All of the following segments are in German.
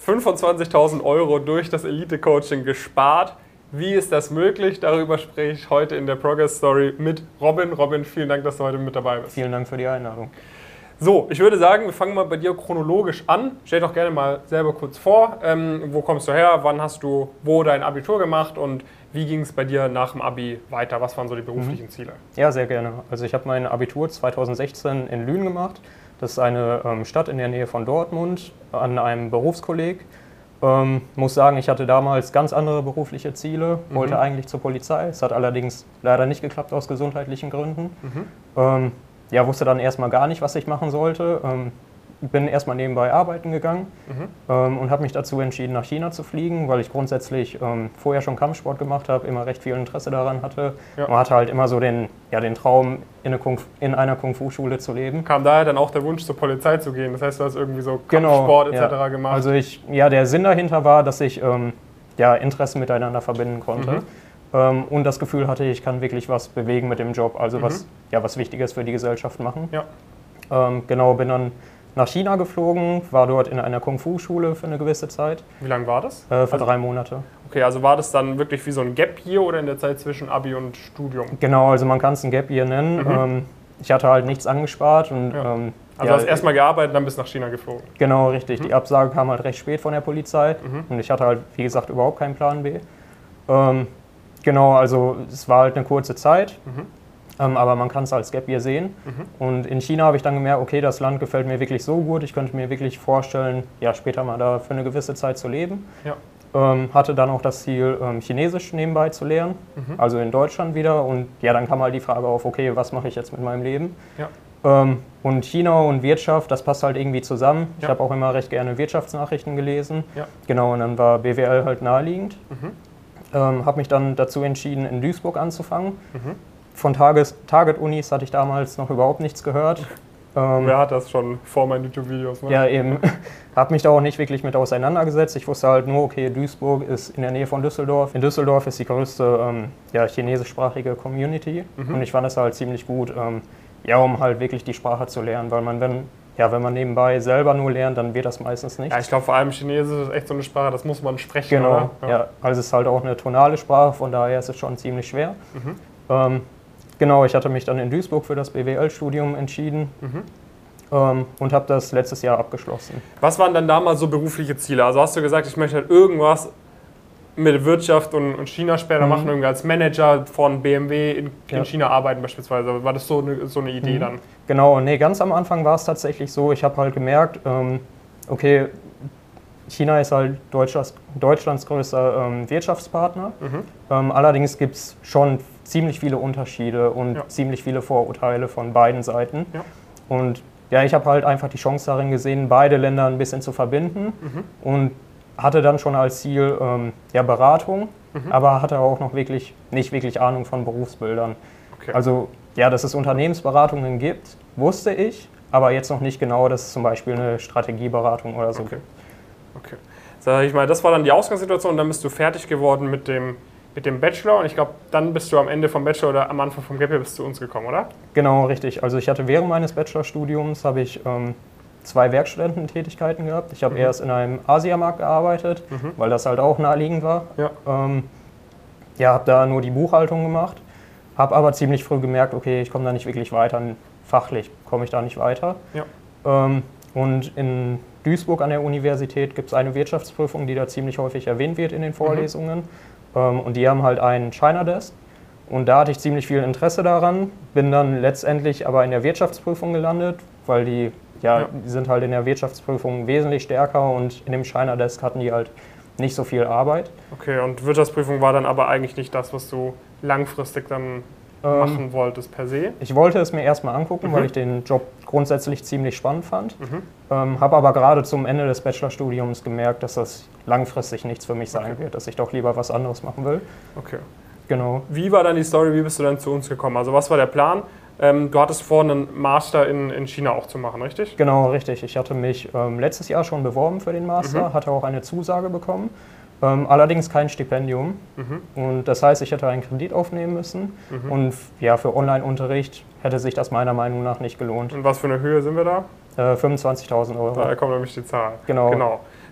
25.000 € durch das Elite-Coaching gespart. Wie ist das möglich? Darüber spreche ich heute in der Progress Story mit Robin. Robin, vielen Dank, dass du heute mit dabei bist. Vielen Dank für die Einladung. So, ich würde sagen, wir fangen mal bei dir chronologisch an. Stell doch gerne mal selber kurz vor. Wo kommst du her? Wann hast du wo dein Abitur gemacht? Und wie ging es bei dir nach dem Abi weiter? Was waren so die beruflichen Ziele? Ja, sehr gerne. Also ich habe mein Abitur 2016 in Lünen gemacht. Das ist eine Stadt in der Nähe von Dortmund, an einem Berufskolleg. Muss sagen, ich hatte damals ganz andere berufliche Ziele, wollte eigentlich zur Polizei. Es hat allerdings leider nicht geklappt aus gesundheitlichen Gründen. Ja, wusste dann erstmal gar nicht, was ich machen sollte. Bin erstmal nebenbei arbeiten gegangen und habe mich dazu entschieden, nach China zu fliegen, weil ich grundsätzlich vorher schon Kampfsport gemacht habe, immer recht viel Interesse daran hatte. Ja. Und hatte halt immer so den Traum, in einer Kung-Fu-Schule zu leben. Kam daher dann auch der Wunsch, zur Polizei zu gehen? Das heißt, du hast irgendwie so Kampfsport etc. gemacht? Also der Sinn dahinter war, dass ich Interessen miteinander verbinden konnte. Und das Gefühl hatte, ich kann wirklich was bewegen mit dem Job, also was Wichtiges für die Gesellschaft machen. Ja. Bin dann nach China geflogen, war dort in einer Kung-Fu-Schule für eine gewisse Zeit. Wie lange war das? Für 3 Monate. Okay, also war das dann wirklich wie so ein Gap Year oder in der Zeit zwischen Abi und Studium? Genau, also man kann es ein Gap Year nennen. Ich hatte halt nichts angespart. Und, also du hast erstmal gearbeitet, dann bist du nach China geflogen? Genau, richtig. Die Absage kam halt recht spät von der Polizei und ich hatte halt, wie gesagt, überhaupt keinen Plan B. Genau, also es war halt eine kurze Zeit. Aber man kann es als Gap Year sehen. Und in China habe ich dann gemerkt, okay, das Land gefällt mir wirklich so gut, ich könnte mir wirklich vorstellen, später mal da für eine gewisse Zeit zu leben. Ja. Hatte dann auch das Ziel, Chinesisch nebenbei zu lernen, also in Deutschland wieder. Und dann kam halt die Frage auf, okay, was mache ich jetzt mit meinem Leben? Ja. Und China und Wirtschaft, das passt halt irgendwie zusammen. Ich habe auch immer recht gerne Wirtschaftsnachrichten gelesen. Ja. Genau, und dann war BWL halt naheliegend. Habe mich dann dazu entschieden, in Duisburg anzufangen. Von Target-Unis hatte ich damals noch überhaupt nichts gehört. Wer hat das schon vor meinen YouTube-Videos? Ne? Ja, eben. Habe mich da auch nicht wirklich mit auseinandergesetzt. Ich wusste halt nur, okay, Duisburg ist in der Nähe von Düsseldorf. In Düsseldorf ist die größte chinesischsprachige Community. Und ich fand es halt ziemlich gut, um halt wirklich die Sprache zu lernen. Weil wenn man nebenbei selber nur lernt, dann wird das meistens nicht. Ja, ich glaube vor allem Chinesisch ist echt so eine Sprache, das muss man sprechen. Genau, oder? Also es ist halt auch eine tonale Sprache, von daher ist es schon ziemlich schwer. Genau, ich hatte mich dann in Duisburg für das BWL-Studium entschieden und habe das letztes Jahr abgeschlossen. Was waren dann damals so berufliche Ziele? Also hast du gesagt, ich möchte halt irgendwas mit Wirtschaft und China später machen, irgendwie als Manager von BMW in China arbeiten beispielsweise. War das so eine Idee dann? Genau, nee, ganz am Anfang war es tatsächlich so, ich habe halt gemerkt, okay, China ist halt Deutschlands größter Wirtschaftspartner. Allerdings gibt es schon ziemlich viele Unterschiede und ziemlich viele Vorurteile von beiden Seiten. Ja. Und ich habe halt einfach die Chance darin gesehen, beide Länder ein bisschen zu verbinden und hatte dann schon als Ziel Beratung, aber hatte auch noch nicht wirklich Ahnung von Berufsbildern. Okay. Also dass es Unternehmensberatungen gibt, wusste ich, aber jetzt noch nicht genau, dass es zum Beispiel eine Strategieberatung oder so gibt. Okay. Sag ich mal, das war dann die Ausgangssituation und dann bist du fertig geworden mit dem Bachelor und ich glaube, dann bist du am Ende vom Bachelor oder am Anfang vom Gap Year bist du zu uns gekommen, oder? Genau, richtig. Also ich hatte während meines Bachelorstudiums habe ich 2 Werkstudententätigkeiten gehabt. Ich habe erst in einem Asiamarkt gearbeitet, weil das halt auch naheliegend war. Ja. Habe da nur die Buchhaltung gemacht, habe aber ziemlich früh gemerkt, okay, ich komme da nicht wirklich weiter, fachlich komme ich da nicht weiter. Ja. Und in Duisburg an der Universität gibt es eine Wirtschaftsprüfung, die da ziemlich häufig erwähnt wird in den Vorlesungen. Und die haben halt einen China Desk. Und da hatte ich ziemlich viel Interesse daran, bin dann letztendlich aber in der Wirtschaftsprüfung gelandet, weil die sind halt in der Wirtschaftsprüfung wesentlich stärker und in dem China Desk hatten die halt nicht so viel Arbeit. Okay, und Wirtschaftsprüfung war dann aber eigentlich nicht das, was du langfristig dann machen wolltest per se? Ich wollte es mir erstmal angucken, weil ich den Job grundsätzlich ziemlich spannend fand. Habe aber gerade zum Ende des Bachelorstudiums gemerkt, dass das langfristig nichts für mich sein wird, dass ich doch lieber was anderes machen will. Okay. Genau. Wie war dann die Story, wie bist du dann zu uns gekommen? Also was war der Plan? Du hattest vor, einen Master in China auch zu machen, richtig? Genau, richtig. Ich hatte mich letztes Jahr schon beworben für den Master, hatte auch eine Zusage bekommen. Allerdings kein Stipendium. Und das heißt, ich hätte einen Kredit aufnehmen müssen. Und für Online-Unterricht hätte sich das meiner Meinung nach nicht gelohnt. Und was für eine Höhe sind wir da? 25.000 €. Da kommt nämlich die Zahl. Genau.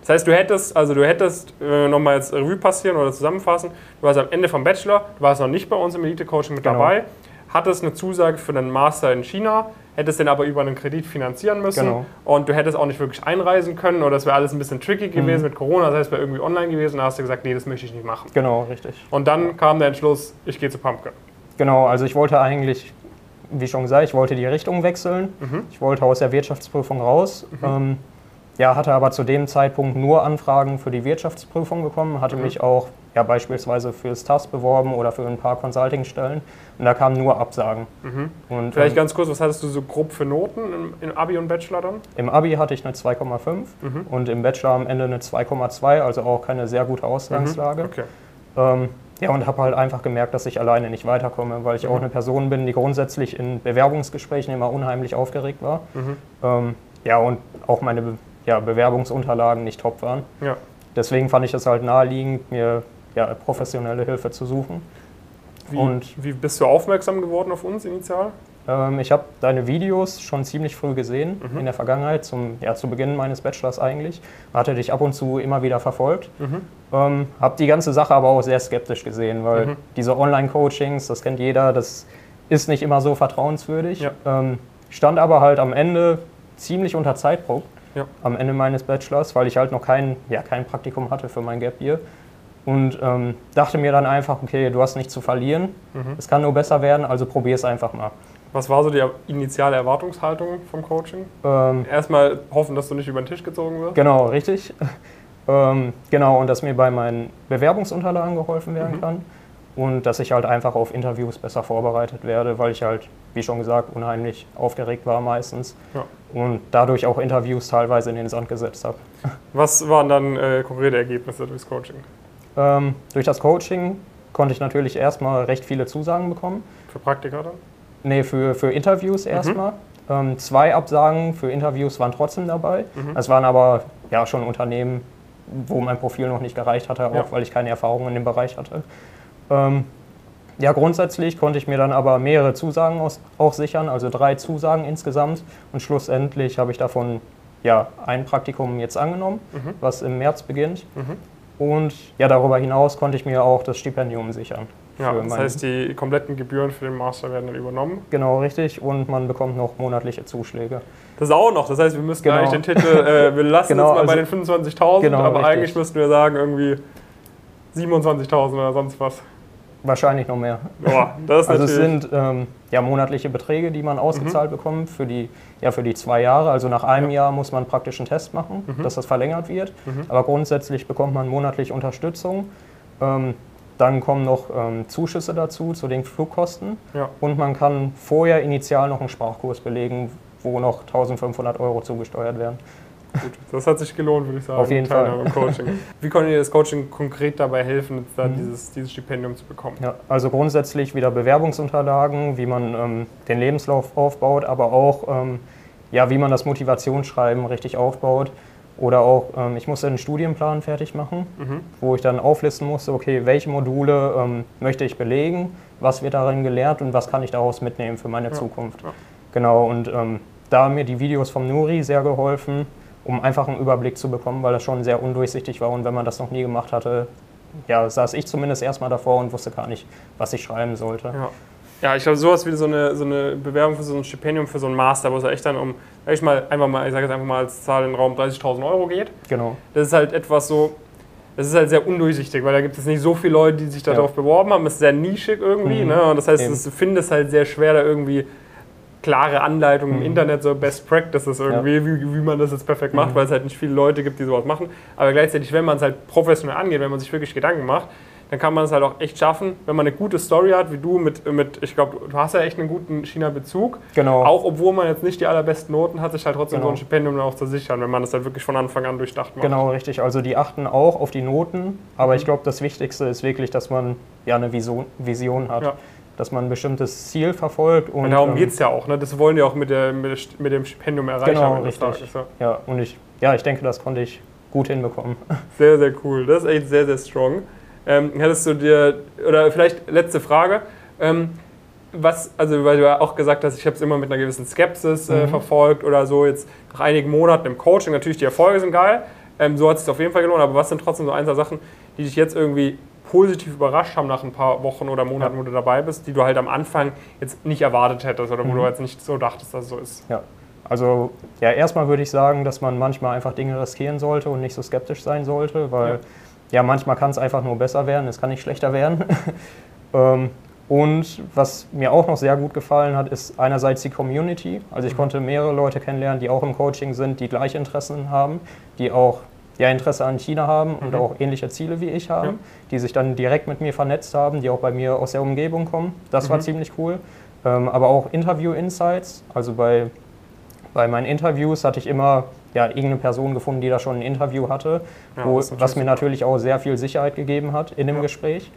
Das heißt, du hättest nochmal jetzt Revue passieren oder zusammenfassen, du warst am Ende vom Bachelor, du warst noch nicht bei uns im Elite-Coaching mit dabei, hattest eine Zusage für einen Master in China, hättest den aber über einen Kredit finanzieren müssen und du hättest auch nicht wirklich einreisen können oder das wäre alles ein bisschen tricky gewesen mit Corona, das heißt, es wäre irgendwie online gewesen und da hast du gesagt, nee, das möchte ich nicht machen. Genau, richtig. Und dann kam der Entschluss, ich gehe zu Pumpkin. Genau, also ich wollte eigentlich, wie schon gesagt, ich wollte die Richtung wechseln. Ich wollte aus der Wirtschaftsprüfung raus. Hatte aber zu dem Zeitpunkt nur Anfragen für die Wirtschaftsprüfung bekommen, hatte mich auch beispielsweise fürs TAS beworben oder für ein paar Consulting-Stellen und da kamen nur Absagen. Und, vielleicht ganz kurz, was hattest du so grob für Noten im Abi und Bachelor dann? Im Abi hatte ich eine 2,5 und im Bachelor am Ende eine 2,2, also auch keine sehr gute Ausgangslage. Okay. Und habe halt einfach gemerkt, dass ich alleine nicht weiterkomme, weil ich auch eine Person bin, die grundsätzlich in Bewerbungsgesprächen immer unheimlich aufgeregt war. Und auch meine Bewerbungsunterlagen nicht top waren. Ja. Deswegen fand ich es halt naheliegend, mir professionelle Hilfe zu suchen. Wie bist du aufmerksam geworden auf uns initial? Ich habe deine Videos schon ziemlich früh gesehen, in der Vergangenheit, zu Beginn meines Bachelors eigentlich. Hatte dich ab und zu immer wieder verfolgt. Habe die ganze Sache aber auch sehr skeptisch gesehen, weil diese Online-Coachings, das kennt jeder, das ist nicht immer so vertrauenswürdig. Ja. Stand aber halt am Ende ziemlich unter Zeitdruck, am Ende meines Bachelors, weil ich halt noch kein Praktikum hatte für mein Gap Year. Und dachte mir dann einfach, okay, du hast nichts zu verlieren, es kann nur besser werden, also probier es einfach mal. Was war so die initiale Erwartungshaltung vom Coaching? Erstmal hoffen, dass du nicht über den Tisch gezogen wirst? Genau, richtig. Und dass mir bei meinen Bewerbungsunterlagen geholfen werden kann und dass ich halt einfach auf Interviews besser vorbereitet werde, weil ich halt, wie schon gesagt, unheimlich aufgeregt war meistens und dadurch auch Interviews teilweise in den Sand gesetzt habe. Was waren dann konkrete Ergebnisse durchs Coaching? Durch das Coaching konnte ich natürlich erstmal recht viele Zusagen bekommen. Für Praktika dann? Nee, für Interviews erstmal. 2 Absagen für Interviews waren trotzdem dabei. Es waren aber schon Unternehmen, wo mein Profil noch nicht gereicht hatte, auch weil ich keine Erfahrung in dem Bereich hatte. Grundsätzlich konnte ich mir dann aber mehrere Zusagen auch sichern, also 3 Zusagen insgesamt. Und schlussendlich habe ich davon ein Praktikum jetzt angenommen, was im März beginnt. Und darüber hinaus konnte ich mir auch das Stipendium sichern. Ja, das heißt, die kompletten Gebühren für den Master werden dann übernommen? Genau, richtig. Und man bekommt noch monatliche Zuschläge. Das auch noch. Das heißt, wir müssten eigentlich den Titel, wir lassen jetzt mal bei den 25.000, aber richtig. Eigentlich müssten wir sagen, irgendwie 27.000 oder sonst was. Wahrscheinlich noch mehr. Boah, das ist also es sind monatliche Beträge, die man ausgezahlt bekommt für die 2 Jahre. Also nach einem Jahr muss man praktisch einen Test machen, dass das verlängert wird. Aber grundsätzlich bekommt man monatlich Unterstützung. Dann kommen noch Zuschüsse dazu zu den Flugkosten. Ja. Und man kann vorher initial noch einen Sprachkurs belegen, wo noch 1.500 € zugesteuert werden. Gut, das hat sich gelohnt, würde ich sagen. Auf jeden Fall. Im Coaching. Wie konnte dir das Coaching konkret dabei helfen, da dieses Stipendium zu bekommen? Ja, also grundsätzlich wieder Bewerbungsunterlagen, wie man den Lebenslauf aufbaut, aber auch wie man das Motivationsschreiben richtig aufbaut. Oder auch, ich musste einen Studienplan fertig machen, wo ich dann auflisten musste, okay, welche Module möchte ich belegen, was wird darin gelehrt und was kann ich daraus mitnehmen für meine Zukunft. Ja. Genau, und da haben mir die Videos vom Nuri sehr geholfen, um einfach einen Überblick zu bekommen, weil das schon sehr undurchsichtig war und wenn man das noch nie gemacht hatte, saß ich zumindest erstmal davor und wusste gar nicht, was ich schreiben sollte. Ja, ich glaube, sowas wie so eine Bewerbung für so ein Stipendium, für so einen Master, wo es echt dann um, ich sage jetzt einfach mal als Zahl in den Raum 30.000 € geht. Genau. Das ist halt etwas so, das ist halt sehr undurchsichtig, weil da gibt es nicht so viele Leute, die sich darauf beworben haben. Es ist sehr nischig irgendwie, ne? Und das heißt, du findest halt sehr schwer, da irgendwie klare Anleitungen im Internet, so Best Practices irgendwie, wie man das jetzt perfekt macht, weil es halt nicht viele Leute gibt, die sowas machen. Aber gleichzeitig, wenn man es halt professionell angeht, wenn man sich wirklich Gedanken macht, dann kann man es halt auch echt schaffen, wenn man eine gute Story hat, wie du mit ich glaube, du hast ja echt einen guten China-Bezug. Genau. Auch obwohl man jetzt nicht die allerbesten Noten hat, sich halt trotzdem so ein Stipendium dann auch zu sichern, wenn man das halt wirklich von Anfang an durchdacht macht. Genau, richtig. Also die achten auch auf die Noten, aber ich glaube, das Wichtigste ist wirklich, dass man eine Vision hat. Ja. Dass man ein bestimmtes Ziel verfolgt. Und darum geht es ja auch, ne? Das wollen die auch mit dem Stipendium erreichen. Genau, richtig. Ja, und ich denke, das konnte ich gut hinbekommen. Sehr, sehr cool. Das ist echt sehr, sehr strong. Hättest du dir, oder vielleicht letzte Frage, weil du ja auch gesagt hast, ich habe es immer mit einer gewissen Skepsis verfolgt oder so, jetzt nach einigen Monaten im Coaching, natürlich die Erfolge sind geil, So hat es sich auf jeden Fall gelohnt. Aber was sind trotzdem so ein, zwei Sachen, die dich jetzt irgendwie positiv überrascht haben nach ein paar Wochen oder Monaten, wo du dabei bist, die du halt am Anfang jetzt nicht erwartet hättest oder wo du jetzt nicht so dachtest, dass es so ist? Ja, also erstmal würde ich sagen, dass man manchmal einfach Dinge riskieren sollte und nicht so skeptisch sein sollte, weil manchmal kann es einfach nur besser werden, es kann nicht schlechter werden. Und was mir auch noch sehr gut gefallen hat, ist einerseits die Community. Also ich konnte mehrere Leute kennenlernen, die auch im Coaching sind, die gleiche Interessen haben, die auch Interesse an China haben und auch ähnliche Ziele wie ich haben, die sich dann direkt mit mir vernetzt haben, die auch bei mir aus der Umgebung kommen. Das war ziemlich cool. Aber auch Interview-Insights. Also bei meinen Interviews hatte ich immer irgendeine Person gefunden, die da schon ein Interview hatte, was mir natürlich auch sehr viel Sicherheit gegeben hat in dem Gespräch.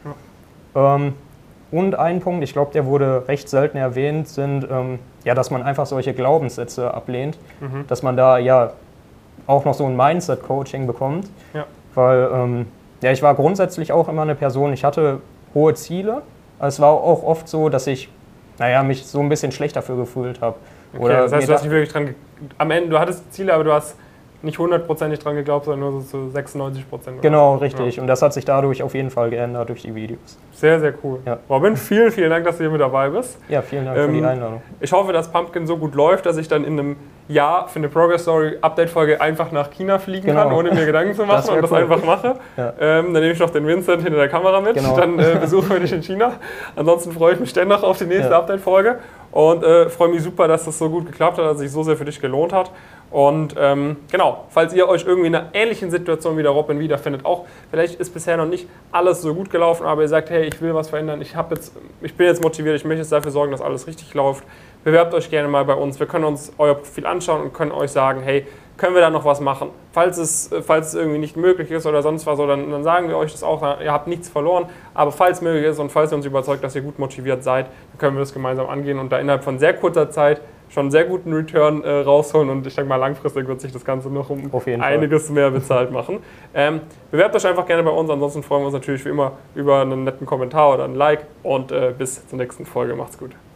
Und ein Punkt, ich glaube, der wurde recht selten erwähnt, sind, dass man einfach solche Glaubenssätze ablehnt, dass man da auch noch so ein Mindset-Coaching bekommt, weil ich war grundsätzlich auch immer eine Person, ich hatte hohe Ziele, aber es war auch oft so, dass ich mich so ein bisschen schlecht dafür gefühlt habe. Okay, das heißt, du hast nicht wirklich am Ende, du hattest Ziele, aber du hast nicht 100%ig dran geglaubt, sondern nur so zu 96%. Genau, richtig. Ja. Und das hat sich dadurch auf jeden Fall geändert durch die Videos. Sehr, sehr cool. Ja. Robin, vielen, vielen Dank, dass du hier mit dabei bist. Ja, vielen Dank für die Einladung. Ich hoffe, dass Pumpkin so gut läuft, dass ich dann in einem Jahr für eine Progress Story Update-Folge einfach nach China fliegen kann, ohne mir Gedanken zu machen und das einfach mache. Ja. Dann nehme ich noch den Vincent hinter der Kamera mit, dann besuchen wir dich in China. Ansonsten freue ich mich dennoch auf die nächste Update-Folge und freue mich super, dass das so gut geklappt hat, dass es sich so sehr für dich gelohnt hat. Und falls ihr euch irgendwie in einer ähnlichen Situation wie der Robin wiederfindet, auch vielleicht ist bisher noch nicht alles so gut gelaufen, aber ihr sagt, hey, ich will was verändern, ich bin jetzt motiviert, ich möchte jetzt dafür sorgen, dass alles richtig läuft, bewerbt euch gerne mal bei uns, wir können uns euer Profil anschauen und können euch sagen, hey, können wir da noch was machen? Falls es irgendwie nicht möglich ist oder sonst was, dann sagen wir euch das auch, ihr habt nichts verloren, aber falls möglich ist und falls ihr uns überzeugt, dass ihr gut motiviert seid, dann können wir das gemeinsam angehen und da innerhalb von sehr kurzer Zeit schon einen sehr guten Return rausholen und ich denke mal, langfristig wird sich das Ganze noch um einiges mehr bezahlt machen. Bewerbt euch einfach gerne bei uns, ansonsten freuen wir uns natürlich wie immer über einen netten Kommentar oder ein Like und bis zur nächsten Folge. Macht's gut.